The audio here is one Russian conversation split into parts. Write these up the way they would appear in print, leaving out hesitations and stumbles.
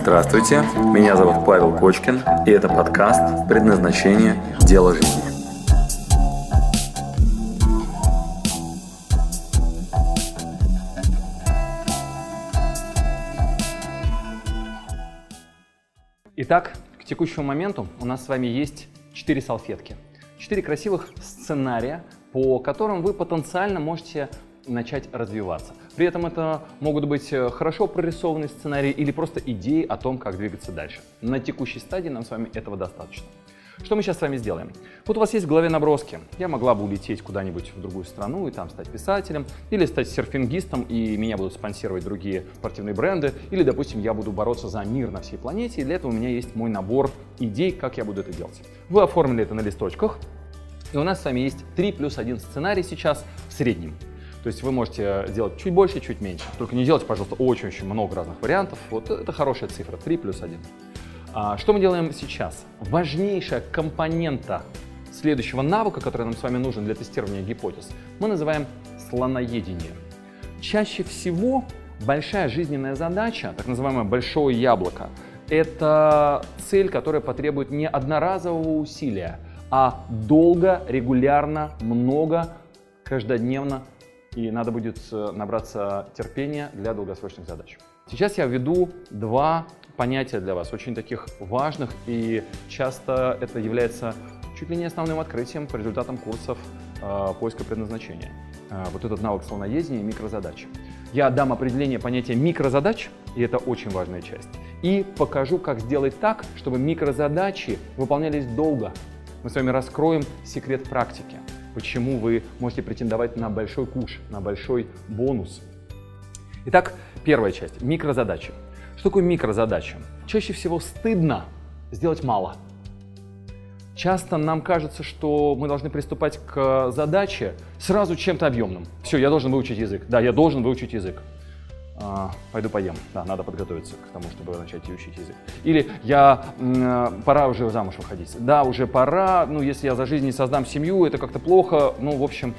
Здравствуйте, меня зовут Павел Кочкин, и это подкаст «Предназначение. Дело жизни». Итак, к текущему моменту у нас с вами есть 4 салфетки. 4 красивых сценария, по которым вы потенциально можете начать развиваться. При этом это могут быть хорошо прорисованные сценарии или просто идеи о том, как двигаться дальше. На текущей стадии нам с вами этого достаточно. Что мы сейчас с вами сделаем? Вот у вас есть в голове наброски. Я могла бы улететь куда-нибудь в другую страну и там стать писателем, или стать серфингистом, и меня будут спонсировать другие спортивные бренды, или, допустим, я буду бороться за мир на всей планете, и для этого у меня есть мой набор идей, как я буду это делать. Вы оформили это на листочках, и у нас с вами есть 3 плюс 1 сценарий сейчас в среднем. То есть вы можете делать чуть больше, чуть меньше. Только не делайте, пожалуйста, очень много разных вариантов. Вот это хорошая цифра, 3 плюс 1. Что мы делаем сейчас? Важнейшая компонента следующего навыка, который нам с вами нужен для тестирования гипотез, мы называем слоноедение. Чаще всего большая жизненная задача, так называемое большое яблоко, это цель, которая потребует не одноразового усилия, а долго, регулярно, много, каждодневно. И надо будет набраться терпения для долгосрочных задач. Сейчас я введу 2 понятия для вас, очень таких важных, и часто это является чуть ли не основным открытием по результатам курсов поиска предназначения. Вот этот навык слоноедения и микрозадачи. Я дам определение понятия микрозадач, и это очень важная часть, и покажу, как сделать так, чтобы микрозадачи выполнялись долго. Мы с вами раскроем секрет практики. Почему вы можете претендовать на большой куш, на большой бонус. Итак, первая часть – микрозадачи. Что такое микрозадача? Чаще всего стыдно сделать мало. Часто нам кажется, что мы должны приступать к задаче сразу чем-то объемным. Все, я должен выучить язык. Да, я должен выучить язык. Пойду поем. Да, надо подготовиться к тому, чтобы начать учить язык. Или пора уже замуж выходить. Да, уже пора. Ну, если я за жизнь не создам семью, это как-то плохо. Ну, в общем,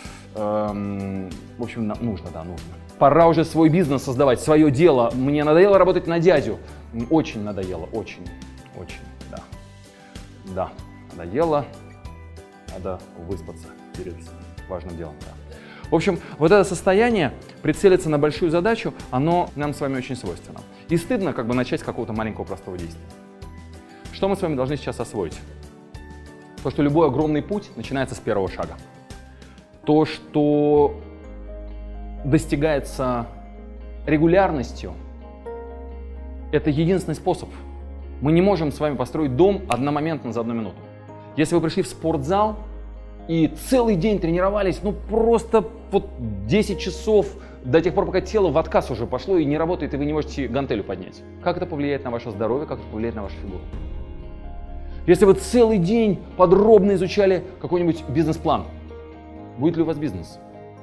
нужно. Пора уже свой бизнес создавать, свое дело. Мне надоело работать на дядю. Очень надоело, очень, да. Да, надоело. Надо выспаться перед важным делом, да. В общем, вот это состояние, прицелиться на большую задачу, оно нам с вами очень свойственно. И стыдно начать с какого-то маленького простого действия. Что мы с вами должны сейчас освоить? То, что любой огромный путь начинается с первого шага. То, что достигается регулярностью, это единственный способ. Мы не можем с вами построить дом одномоментно за 1 минуту. Если вы пришли в спортзал и целый день тренировались, просто 10 часов, до тех пор, пока тело в отказ уже пошло и не работает, и вы не можете гантелю поднять. Как это повлияет на ваше здоровье, как это повлияет на вашу фигуру? Если вы целый день подробно изучали какой-нибудь бизнес-план, будет ли у вас бизнес?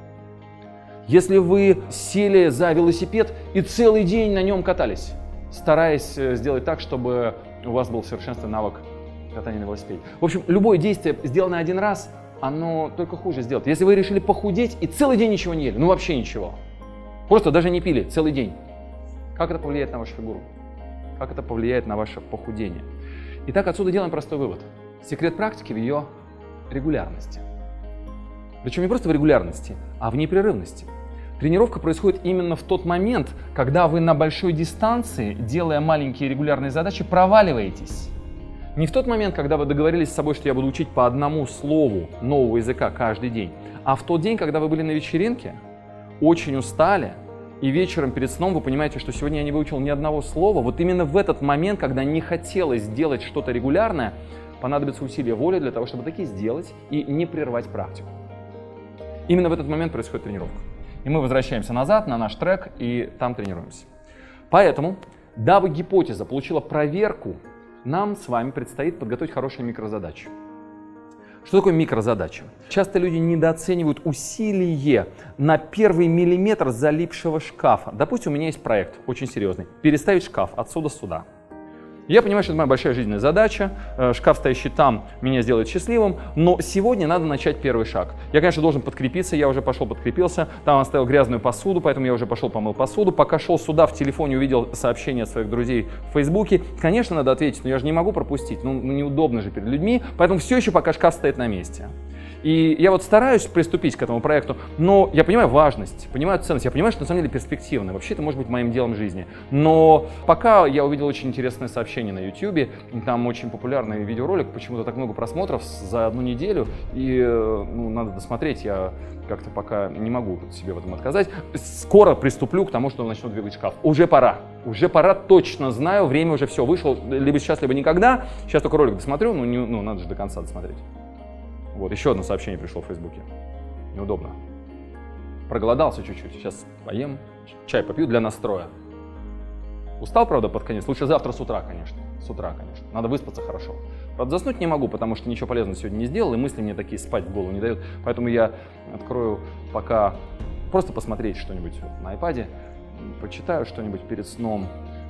Если вы сели за велосипед и целый день на нем катались, стараясь сделать так, чтобы у вас был совершенственный навык катания на велосипеде. В общем, любое действие, сделанное один раз, оно только хуже сделает. Если вы решили похудеть и целый день ничего не ели, вообще ничего, просто даже не пили целый день, как это повлияет на вашу фигуру? Как это повлияет на ваше похудение? Итак, отсюда делаем простой вывод. Секрет практики в ее регулярности. Причем не просто в регулярности, а в непрерывности. Тренировка происходит именно в тот момент, когда вы на большой дистанции, делая маленькие регулярные задачи, проваливаетесь. Не в тот момент, когда вы договорились с собой, что я буду учить по одному слову нового языка каждый день, а в тот день, когда вы были на вечеринке, очень устали, и вечером перед сном вы понимаете, что сегодня я не выучил ни одного слова. Вот именно в этот момент, когда не хотелось делать что-то регулярное, понадобится усилие воли для того, чтобы таки сделать и не прервать практику. Именно в этот момент происходит тренировка. И мы возвращаемся назад на наш трек и там тренируемся. Поэтому, дабы гипотеза получила проверку, нам с вами предстоит подготовить хорошие микрозадачи. Что такое микрозадача? Часто люди недооценивают усилие на первый миллиметр залипшего шкафа. Допустим, у меня есть проект очень серьезный. Переставить шкаф отсюда сюда. Я понимаю, что это моя большая жизненная задача, шкаф, стоящий там, меня сделает счастливым, но сегодня надо начать первый шаг. Я, конечно, должен подкрепиться, я уже пошел подкрепился, там оставил грязную посуду, поэтому я уже пошел помыл посуду. Пока шел сюда, в телефоне увидел сообщение от своих друзей в Фейсбуке. Конечно, надо ответить, но я же не могу пропустить, неудобно же перед людьми, поэтому все еще пока шкаф стоит на месте. И я вот стараюсь приступить к этому проекту, но я понимаю важность, понимаю ценность, я понимаю, что на самом деле перспективно. Вообще это может быть моим делом жизни. Но пока я увидел очень интересное сообщение на YouTube, там очень популярный видеоролик, почему-то так много просмотров за одну неделю, и надо досмотреть, я как-то пока не могу себе в этом отказать. Скоро приступлю к тому, что начну двигать шкаф. Уже пора, точно знаю, время уже все, вышел, либо сейчас, либо никогда. Сейчас только ролик досмотрю, надо же до конца досмотреть. Вот, еще одно сообщение пришло в Фейсбуке. Неудобно. Проголодался чуть-чуть. Сейчас поем, чай попью для настроя. Устал, правда, под конец? Лучше завтра с утра, конечно. Надо выспаться хорошо. Правда, заснуть не могу, потому что ничего полезного сегодня не сделал, и мысли мне такие спать в голову не дают. Поэтому я открою пока просто посмотреть что-нибудь на iPad, почитаю что-нибудь перед сном.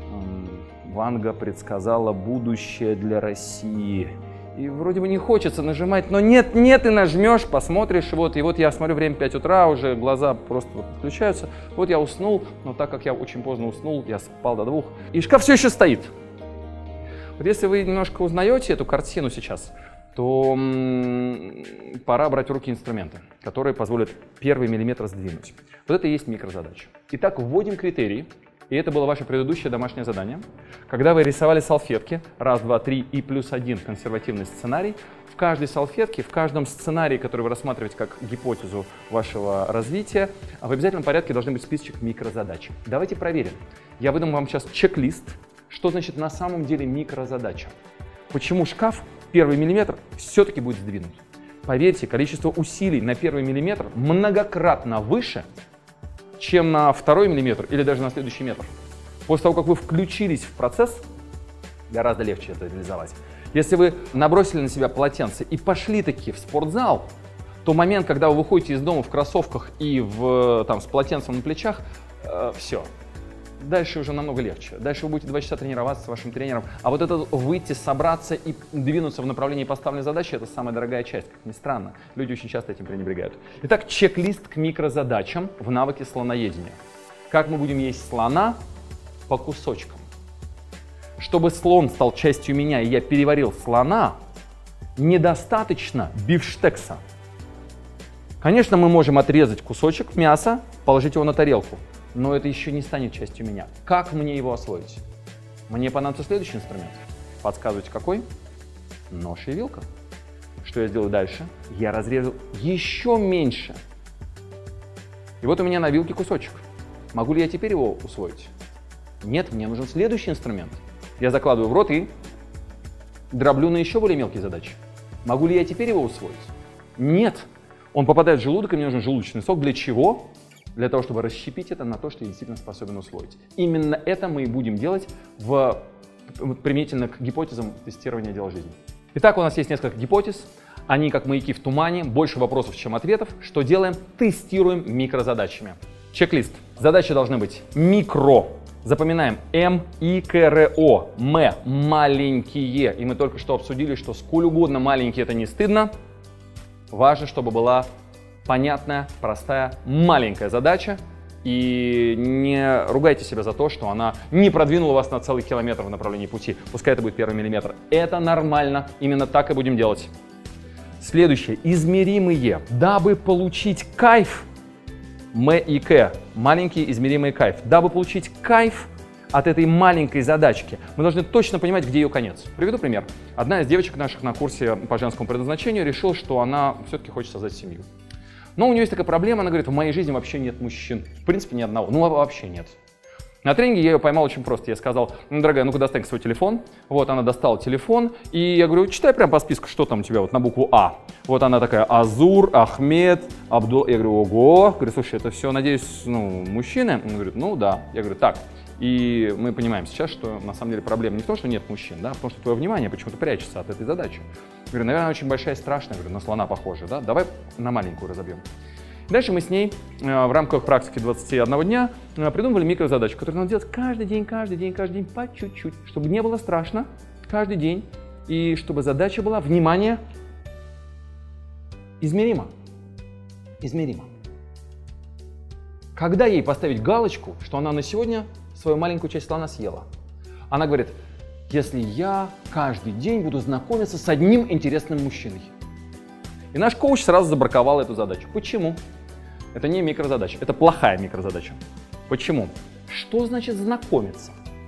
Ванга предсказала будущее для России. И вроде бы не хочется нажимать, но нет, и нажмешь, посмотришь, и вот я смотрю, время 5 утра, уже глаза просто включаются. Вот я уснул, но так как я очень поздно уснул, я спал до 2, и шкаф все еще стоит. Вот если вы немножко узнаете эту картину сейчас, то пора брать в руки инструменты, которые позволят первый миллиметр сдвинуть. Вот это и есть микрозадача. Итак, вводим критерии. И это было ваше предыдущее домашнее задание. Когда вы рисовали салфетки, 1, 2, 3 и +1 консервативный сценарий, в каждой салфетке, в каждом сценарии, который вы рассматриваете как гипотезу вашего развития, в обязательном порядке должны быть списочек микрозадач. Давайте проверим. Я выдам вам сейчас чек-лист, что значит на самом деле микрозадача. Почему шкаф, первый миллиметр, все-таки будет сдвинут. Поверьте, количество усилий на первый миллиметр многократно выше, чем на 2 миллиметр или даже на следующий метр. После того, как вы включились в процесс, гораздо легче это реализовать. Если вы набросили на себя полотенце и пошли таки в спортзал, то момент, когда вы выходите из дома в кроссовках и с полотенцем на плечах, все. Дальше уже намного легче. Дальше вы будете 2 часа тренироваться с вашим тренером. А вот это выйти, собраться и двинуться в направлении поставленной задачи — это самая дорогая часть, как ни странно. Люди очень часто этим пренебрегают. Итак, чек-лист к микрозадачам в навыке слоноедения. Как мы будем есть слона? По кусочкам. Чтобы слон стал частью меня и я переварил слона, недостаточно бифштекса. Конечно, мы можем отрезать кусочек мяса, положить его на тарелку. Но это еще не станет частью меня. Как мне его освоить? Мне понадобится следующий инструмент. Подсказывайте, какой? Нож и вилка. Что я сделаю дальше? Я разрежу еще меньше. И вот у меня на вилке кусочек. Могу ли я теперь его усвоить? Нет, мне нужен следующий инструмент. Я закладываю в рот и дроблю на еще более мелкие задачи. Могу ли я теперь его усвоить? Нет. Он попадает в желудок, и мне нужен желудочный сок. Для чего? Для того, чтобы расщепить это на то, что я действительно способен усвоить. Именно это мы и будем делать применительно к гипотезам тестирования дела жизни. Итак, у нас есть несколько гипотез. Они как маяки в тумане, больше вопросов, чем ответов. Что делаем? Тестируем микрозадачами. Чек-лист. Задачи должны быть микро. Запоминаем МИКРО. М – маленькие. И мы только что обсудили, что сколь угодно маленькие – это не стыдно. Важно, чтобы была понятная, простая, маленькая задача. И не ругайте себя за то, что она не продвинула вас на целый километр в направлении пути. Пускай это будет первый миллиметр. Это нормально. Именно так и будем делать. Следующее. Измеримые. Дабы получить кайф. М и К. Маленький измеримый кайф. Дабы получить кайф от этой маленькой задачки, мы должны точно понимать, где ее конец. Приведу пример. Одна из девочек наших на курсе по женскому предназначению решила, что она все-таки хочет создать семью. Но у нее есть такая проблема, она говорит, в моей жизни вообще нет мужчин. В принципе, ни одного. Ну, вообще нет. На тренинге я ее поймал очень просто. Я сказал, ну, дорогая, ну-ка достань свой телефон. Вот она достала телефон. И я говорю, читай прямо по списку, что там у тебя вот на букву А. Вот она такая, Азур, Ахмед, Абдул. Я говорю, ого. Говорю, слушай, это все, надеюсь, мужчины? Он говорит, ну да. Я говорю, так. И мы понимаем сейчас, что на самом деле проблема не в том, что нет мужчин, да, а в том, что твое внимание почему-то прячется от этой задачи. Я говорю, наверное, очень большая и страшная. Я говорю, на слона похоже, да? Давай на маленькую разобьем. Дальше мы с ней в рамках практики 21 дня придумывали микрозадачу, которую надо делать каждый день по чуть-чуть, чтобы не было страшно каждый день, и чтобы задача была, внимание, измерима. Измерима. Когда ей поставить галочку, что она на сегодня свою маленькую часть слона съела? Она говорит, если я каждый день буду знакомиться с одним интересным мужчиной. И наш коуч сразу забраковал эту задачу. Почему? Это не микрозадача, это плохая микрозадача. Почему? Что значит знакомиться?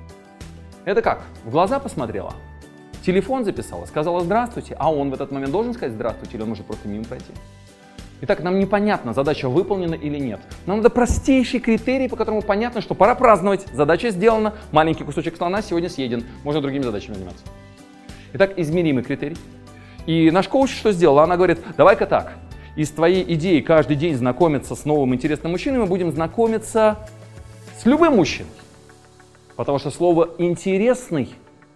Это как? В глаза посмотрела, телефон записала, сказала здравствуйте, а он в этот момент должен сказать здравствуйте или он может просто мимо пройти? Итак, нам непонятно, задача выполнена или нет. Нам надо простейший критерий, по которому понятно, что пора праздновать. Задача сделана, маленький кусочек слона сегодня съеден, можно другими задачами заниматься. Итак, измеримый критерий. И наш коуч что сделала? Она говорит, давай-ка так, из твоей идеи каждый день знакомиться с новым интересным мужчиной, мы будем знакомиться с любым мужчиной. Потому что слово «интересный»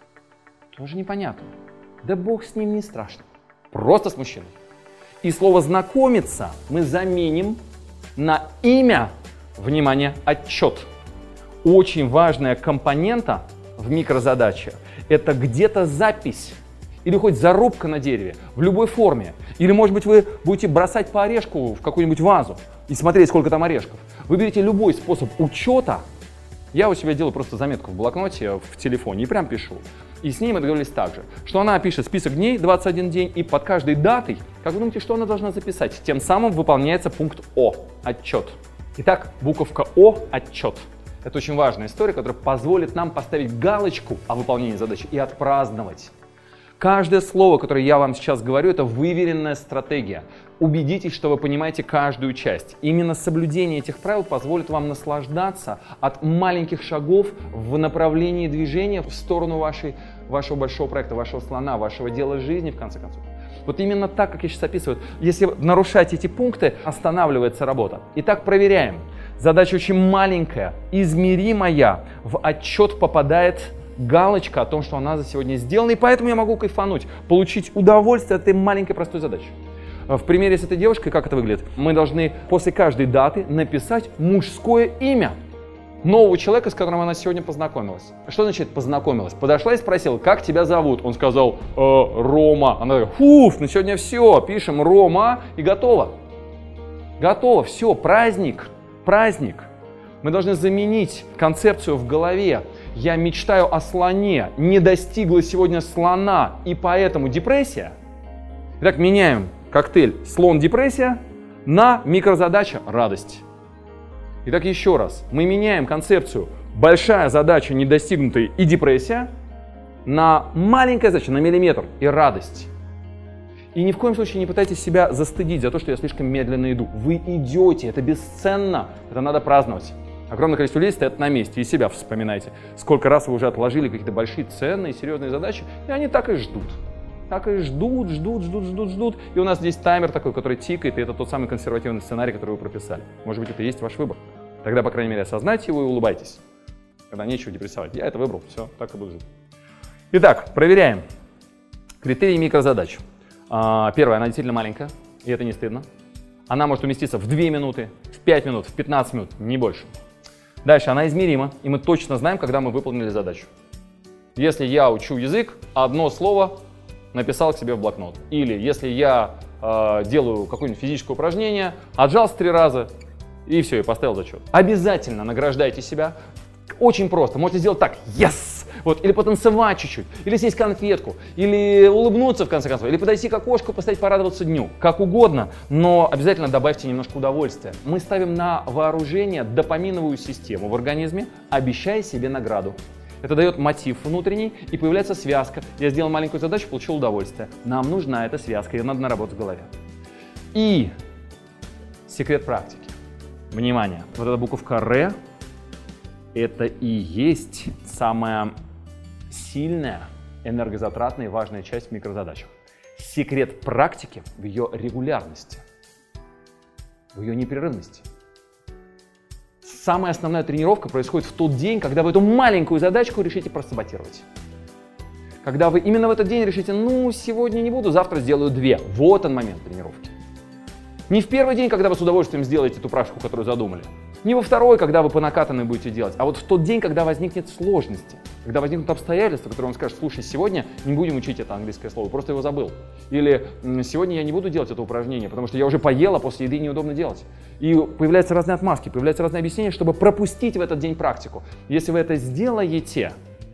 тоже непонятно. Да бог с ним, не страшно. Просто с мужчиной. И слово «знакомиться» мы заменим на имя, внимание, отчет. Очень важная компонента в микрозадаче – это где-то запись или хоть зарубка на дереве в любой форме. Или, может быть, вы будете бросать по орешку в какую-нибудь вазу и смотреть, сколько там орешков. Выберите любой способ учета. Я у себя делаю просто заметку в блокноте, в телефоне и прям пишу. И с ней мы договорились так же, что она пишет список дней, 21 день, и под каждой датой, как вы думаете, что она должна записать? Тем самым выполняется пункт О – отчет. Итак, буковка О – отчет. Это очень важная история, которая позволит нам поставить галочку о выполнении задачи и отпраздновать. Каждое слово, которое я вам сейчас говорю, это выверенная стратегия. Убедитесь, что вы понимаете каждую часть. Именно соблюдение этих правил позволит вам наслаждаться от маленьких шагов в направлении движения в сторону вашего большого проекта, вашего слона, вашего дела жизни, в конце концов. Вот именно так, как я сейчас описываю. Если нарушать эти пункты, останавливается работа. Итак, проверяем. Задача очень маленькая, измеримая. В отчет попадает галочка о том, что она за сегодня сделана, и поэтому я могу кайфануть, получить удовольствие от этой маленькой простой задачи. В примере с этой девушкой, как это выглядит? Мы должны после каждой даты написать мужское имя нового человека, с которым она сегодня познакомилась. Что значит познакомилась? Подошла и спросила, как тебя зовут? Он сказал, Рома. Она говорит, фуф, на сегодня все, пишем Рома и готово. Готово, все, праздник, праздник. Мы должны заменить концепцию в голове. Я мечтаю о слоне, не достигла сегодня слона, и поэтому депрессия. Итак, меняем коктейль слон-депрессия на микрозадача радость. Итак, еще раз. Мы меняем концепцию большая задача недостигнутая и депрессия на маленькая задача, на миллиметр и радость. И ни в коем случае не пытайтесь себя застыдить за то, что я слишком медленно иду. Вы идете, это бесценно, это надо праздновать. Огромное количество людей стоят на месте, и себя вспоминайте. Сколько раз вы уже отложили какие-то большие, ценные, серьезные задачи, и они так и ждут. Так и ждут. И у нас здесь таймер такой, который тикает, и это тот самый консервативный сценарий, который вы прописали. Может быть, это и есть ваш выбор. Тогда, по крайней мере, осознайте его и улыбайтесь. Когда нечего депрессовать. Я это выбрал, все, так и буду жить. Итак, проверяем. Критерии микрозадач. Первое, она действительно маленькая, и это не стыдно. Она может уместиться в 2 минуты, в 5 минут, в 15 минут, не больше. Дальше, она измерима, и мы точно знаем, когда мы выполнили задачу. Если я учу язык, одно слово написал к себе в блокнот. Или если я делаю какое-нибудь физическое упражнение, отжался 3 раза, и все, и поставил зачет. Обязательно награждайте себя. Очень просто. Можете сделать так, yes! Вот, или потанцевать чуть-чуть, или съесть конфетку, или улыбнуться в конце концов, или подойти к окошку, постоять, порадоваться дню. Как угодно, но обязательно добавьте немножко удовольствия. Мы ставим на вооружение допаминовую систему в организме, обещая себе награду. Это дает мотив внутренний, и появляется связка. Я сделал маленькую задачу, получил удовольствие. Нам нужна эта связка, ее надо наработать в голове. И секрет практики. Внимание, вот эта буковка «Р» — это и есть самая сильная, энергозатратная и важная часть в микрозадачах. Секрет практики в ее регулярности, в ее непрерывности. Самая основная тренировка происходит в тот день, когда вы эту маленькую задачку решите просаботировать. Когда вы именно в этот день решите, ну, сегодня не буду, завтра сделаю 2. Вот он момент тренировки. Не в первый день, когда вы с удовольствием сделаете ту практику, которую задумали. Не во второй, когда вы по накатанной будете делать, а вот в тот день, когда возникнет сложности, когда возникнут обстоятельства, которые вам скажут: слушай, сегодня не будем учить это английское слово, просто его забыл. Или сегодня я не буду делать это упражнение, потому что я уже поела, после еды неудобно делать. И появляются разные отмазки, появляются разные объяснения, чтобы пропустить в этот день практику. Если вы это сделаете,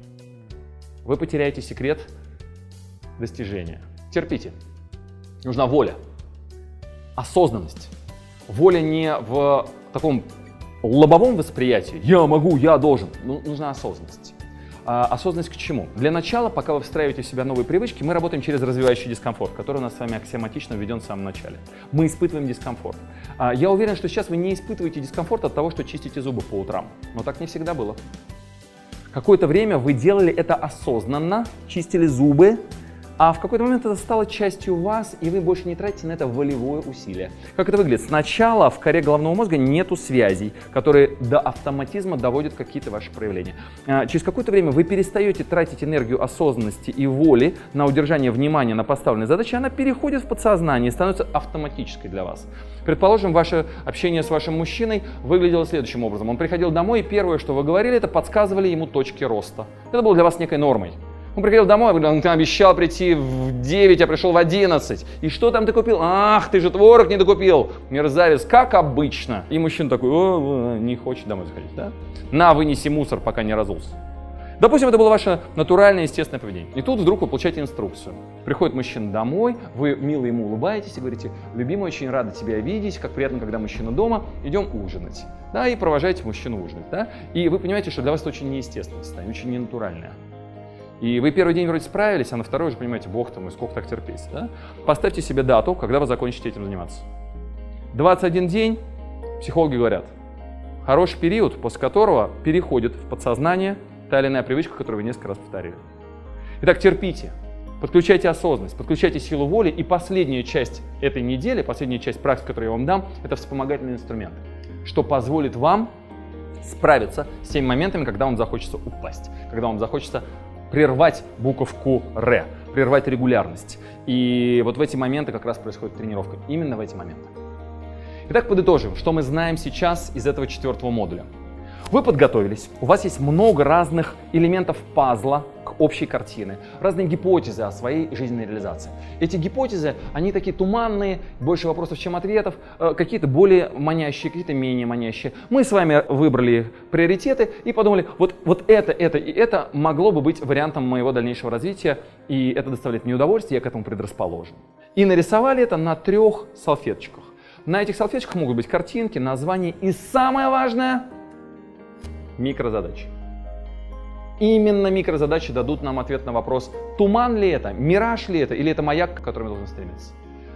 вы потеряете секрет достижения. Терпите. Нужна воля, осознанность. Воля не в таком лобовом восприятии «я могу, я должен». Нужна осознанность. Осознанность к чему? Для начала, пока вы встраиваете в себя новые привычки, мы работаем через развивающий дискомфорт, который у нас с вами аксиоматично введен в самом начале. Мы испытываем дискомфорт. Я уверен, что сейчас вы не испытываете дискомфорт от того, что чистите зубы по утрам. Но так не всегда было. Какое-то время вы делали это осознанно, чистили зубы, а в какой-то момент это стало частью вас, и вы больше не тратите на это волевое усилие. Как это выглядит? Сначала в коре головного мозга нету связей, которые до автоматизма доводят какие-то ваши проявления. Через какое-то время вы перестаете тратить энергию осознанности и воли на удержание внимания на поставленной задаче, она переходит в подсознание и становится автоматической для вас. Предположим, ваше общение с вашим мужчиной выглядело следующим образом. Он приходил домой, и первое, что вы говорили, это подсказывали ему точки роста. Это было для вас некой нормой. Он приходил домой, он обещал прийти в 9, а пришел в 11. И что там ты купил? Ах, ты же творог не докупил. Мерзавец, как обычно. И мужчина такой: не хочет домой заходить, да? На, вынеси мусор, пока не разулся. Допустим, это было ваше натуральное, естественное поведение. И тут вдруг вы получаете инструкцию. Приходит мужчина домой, вы мило ему улыбаетесь и говорите: любимый, очень рада тебя видеть, как приятно, когда мужчина дома, идем ужинать. Да, и провожаете мужчину ужинать. Да? И вы понимаете, что для вас это очень неестественное состояние, очень ненатуральное. И вы первый день вроде справились, а на второй уже понимаете: бог ты мой, сколько так терпеть. Да? Поставьте себе дату, когда вы закончите этим заниматься. 21 день, психологи говорят, хороший период, после которого переходит в подсознание та или иная привычка, которую вы несколько раз повторили. Итак, терпите, подключайте осознанность, подключайте силу воли, и последняя часть этой недели, последняя часть практики, которую я вам дам, это вспомогательный инструмент, что позволит вам справиться с теми моментами, когда вам захочется упасть, когда вам захочется прервать буковку «Р», прервать регулярность. И вот в эти моменты как раз происходит тренировка. Именно в эти моменты. Итак, подытожим, что мы знаем сейчас из этого 4-го модуля. Вы подготовились, у вас есть много разных элементов пазла к общей картине, разные гипотезы о своей жизненной реализации. Эти гипотезы, они такие туманные, больше вопросов, чем ответов, какие-то более манящие, какие-то менее манящие. Мы с вами выбрали приоритеты и подумали: вот это и это могло бы быть вариантом моего дальнейшего развития, и это доставляет мне удовольствие, я к этому предрасположен. И нарисовали это на 3 салфеточках. На этих салфеточках могут быть картинки, названия и, самое важное, микрозадачи. Именно микрозадачи дадут нам ответ на вопрос: туман ли это, мираж ли это, или это маяк, к которому мы должны стремиться.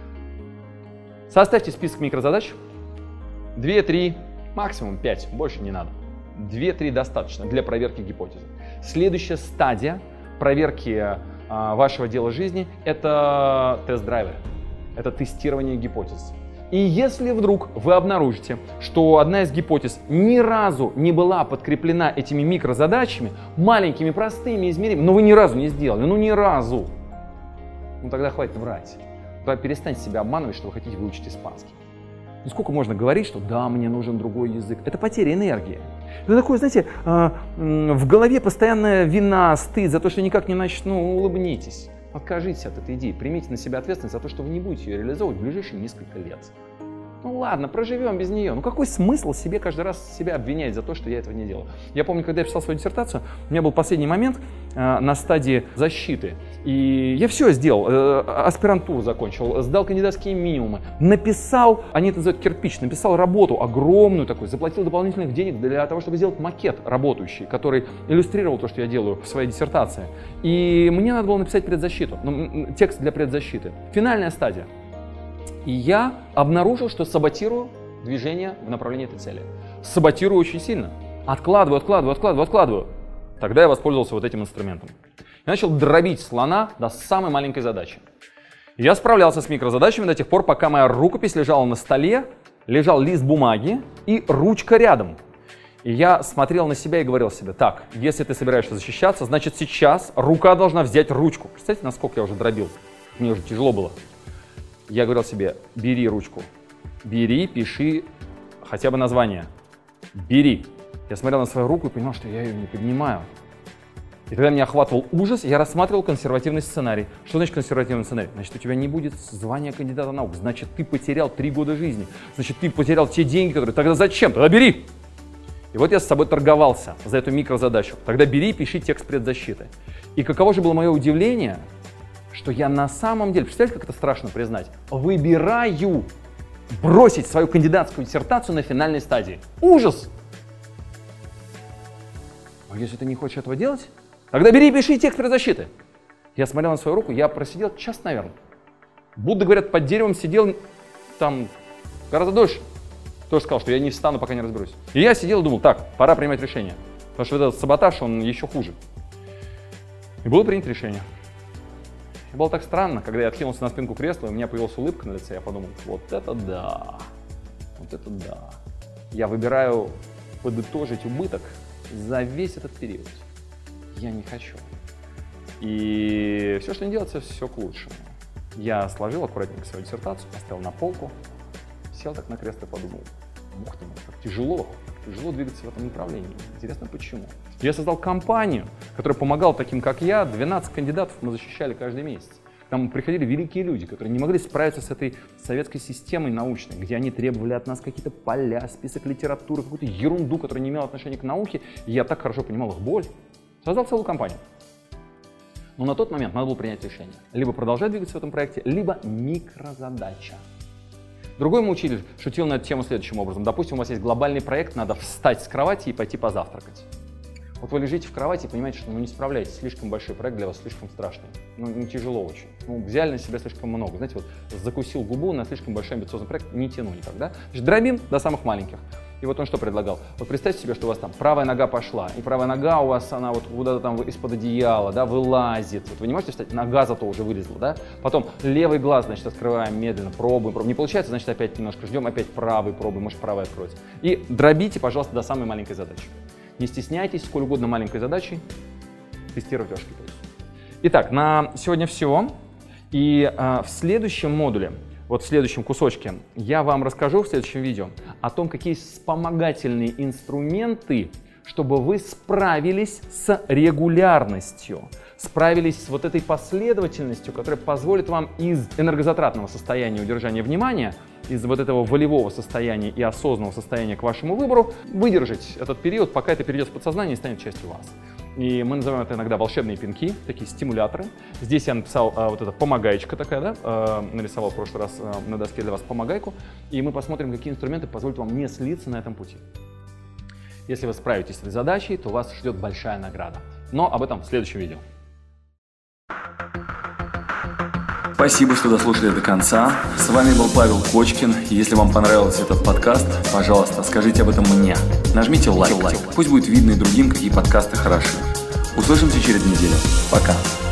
Составьте список микрозадач. 2-3, максимум 5, больше не надо. 2-3 достаточно для проверки гипотезы. Следующая стадия проверки вашего дела жизни – это тест-драйвер, это тестирование гипотез. И если вдруг вы обнаружите, что одна из гипотез ни разу не была подкреплена этими микрозадачами, маленькими, простыми, измеримыми, но вы ни разу не сделали, ни разу, тогда хватит врать. Тогда перестаньте себя обманывать, что вы хотите выучить испанский. Сколько можно говорить, что да, мне нужен другой язык? Это потеря энергии. Это такое, знаете, в голове постоянная вина, стыд за то, что никак не начать, улыбнитесь. Откажитесь от этой идеи, примите на себя ответственность за то, что вы не будете ее реализовывать в ближайшие несколько лет. Ладно, проживем без нее. Какой смысл себе каждый раз себя обвинять за то, что я этого не делал? Я помню, когда я писал свою диссертацию, у меня был последний момент на стадии защиты. И я все сделал, аспирантуру закончил, сдал кандидатские минимумы, написал, они это называют кирпич, написал работу огромную такую, заплатил дополнительных денег для того, чтобы сделать макет работающий, который иллюстрировал то, что я делаю в своей диссертации. И мне надо было написать предзащиту, текст для предзащиты. Финальная стадия. И я обнаружил, что саботирую движение в направлении этой цели. Саботирую очень сильно. Откладываю. Тогда я воспользовался вот этим инструментом. Я начал дробить слона до самой маленькой задачи. Я справлялся с микрозадачами до тех пор, пока моя рукопись лежала на столе, лежал лист бумаги и ручка рядом. И я смотрел на себя и говорил себе: так, если ты собираешься защищаться, значит сейчас рука должна взять ручку. Представьте, насколько я уже дробил. Мне уже тяжело было. Я говорил себе: бери ручку, Бери, пиши хотя бы название. Бери. Я смотрел на свою руку и понимал, что я ее не поднимаю. И тогда меня охватывал ужас, я рассматривал консервативный сценарий. Что значит консервативный сценарий? Значит, у тебя не будет звания кандидата наук. Значит, ты потерял 3 года жизни. Значит, ты потерял те деньги, которые... Тогда зачем? Тогда бери! И вот я с собой торговался за эту микрозадачу. Тогда бери, пиши текст предзащиты. И каково же было мое удивление, что я на самом деле, представляете, как это страшно признать, выбираю бросить свою кандидатскую диссертацию на финальной стадии. Ужас! А если ты не хочешь этого делать, тогда бери и пиши текст предзащиты. Я смотрел на свою руку, я просидел час, наверное. Будда, говорят, под деревом сидел там гораздо дольше. Тоже сказал, что я не встану, пока не разберусь. И я сидел и думал, так, пора принимать решение. Потому что этот саботаж, он еще хуже. И было принято решение. И было так странно, когда я откинулся на спинку кресла, и у меня появилась улыбка на лице, я подумал, вот это да, вот это да. Я выбираю подытожить убыток за весь этот период. Я не хочу. И все, что не делается, все к лучшему. Я сложил аккуратненько свою диссертацию, поставил на полку, сел так на кресло и подумал, ух ты, как тяжело двигаться в этом направлении. Интересно, почему? Я создал компанию, которая помогала таким, как я. 12 кандидатов мы защищали каждый месяц. Там приходили великие люди, которые не могли справиться с этой советской системой научной, где они требовали от нас какие-то поля, список литературы, какую-то ерунду, которая не имела отношения к науке. И я так хорошо понимал их боль. Создал целую компанию. Но на тот момент надо было принять решение. Либо продолжать двигаться в этом проекте, либо микрозадача. Другой мой учитель шутил на эту тему следующим образом. Допустим, у вас есть глобальный проект, надо встать с кровати и пойти позавтракать. Вот вы лежите в кровати и понимаете, что не справляетесь, слишком большой проект для вас, слишком страшный. Тяжело очень. Взяли на себя слишком много. Знаете, вот закусил губу на слишком большой амбициозный проект, не тяну никогда. Значит, дробим до самых маленьких. И вот он что предлагал? Вот представьте себе, что у вас там правая нога пошла, и правая нога у вас, она вот куда-то там из-под одеяла, да, вылазит. Вот вы не можете встать, нога зато уже вылезла, да? Потом левый глаз, значит, открываем медленно, пробуем. Не получается, значит, опять немножко ждем, опять правый пробуем, может, правый откроется. И дробите, пожалуйста, до самой маленькой задачи. Не стесняйтесь, сколь угодно маленькой задачей тестировать ваш гипотезу. Итак, на сегодня все. И в следующем модуле, вот в следующем кусочке, я вам расскажу в следующем видео о том, какие вспомогательные инструменты, чтобы вы справились с регулярностью, справились с вот этой последовательностью, которая позволит вам из энергозатратного состояния удержания внимания, из вот этого волевого состояния и осознанного состояния к вашему выбору, выдержать этот период, пока это перейдет в подсознание и станет частью вас. И мы называем это иногда волшебные пинки, такие стимуляторы. Здесь я написал вот эта помогаечка такая, да, нарисовал в прошлый раз на доске для вас помогайку. И мы посмотрим, какие инструменты позволят вам не слиться на этом пути. Если вы справитесь с этой задачей, то вас ждет большая награда. Но об этом в следующем видео. Спасибо, что дослушали до конца. С вами был Павел Кочкин. Если вам понравился этот подкаст, пожалуйста, скажите об этом мне. Нажмите лайк. Пусть будет видно и другим, какие подкасты хороши. Услышимся через неделю. Пока.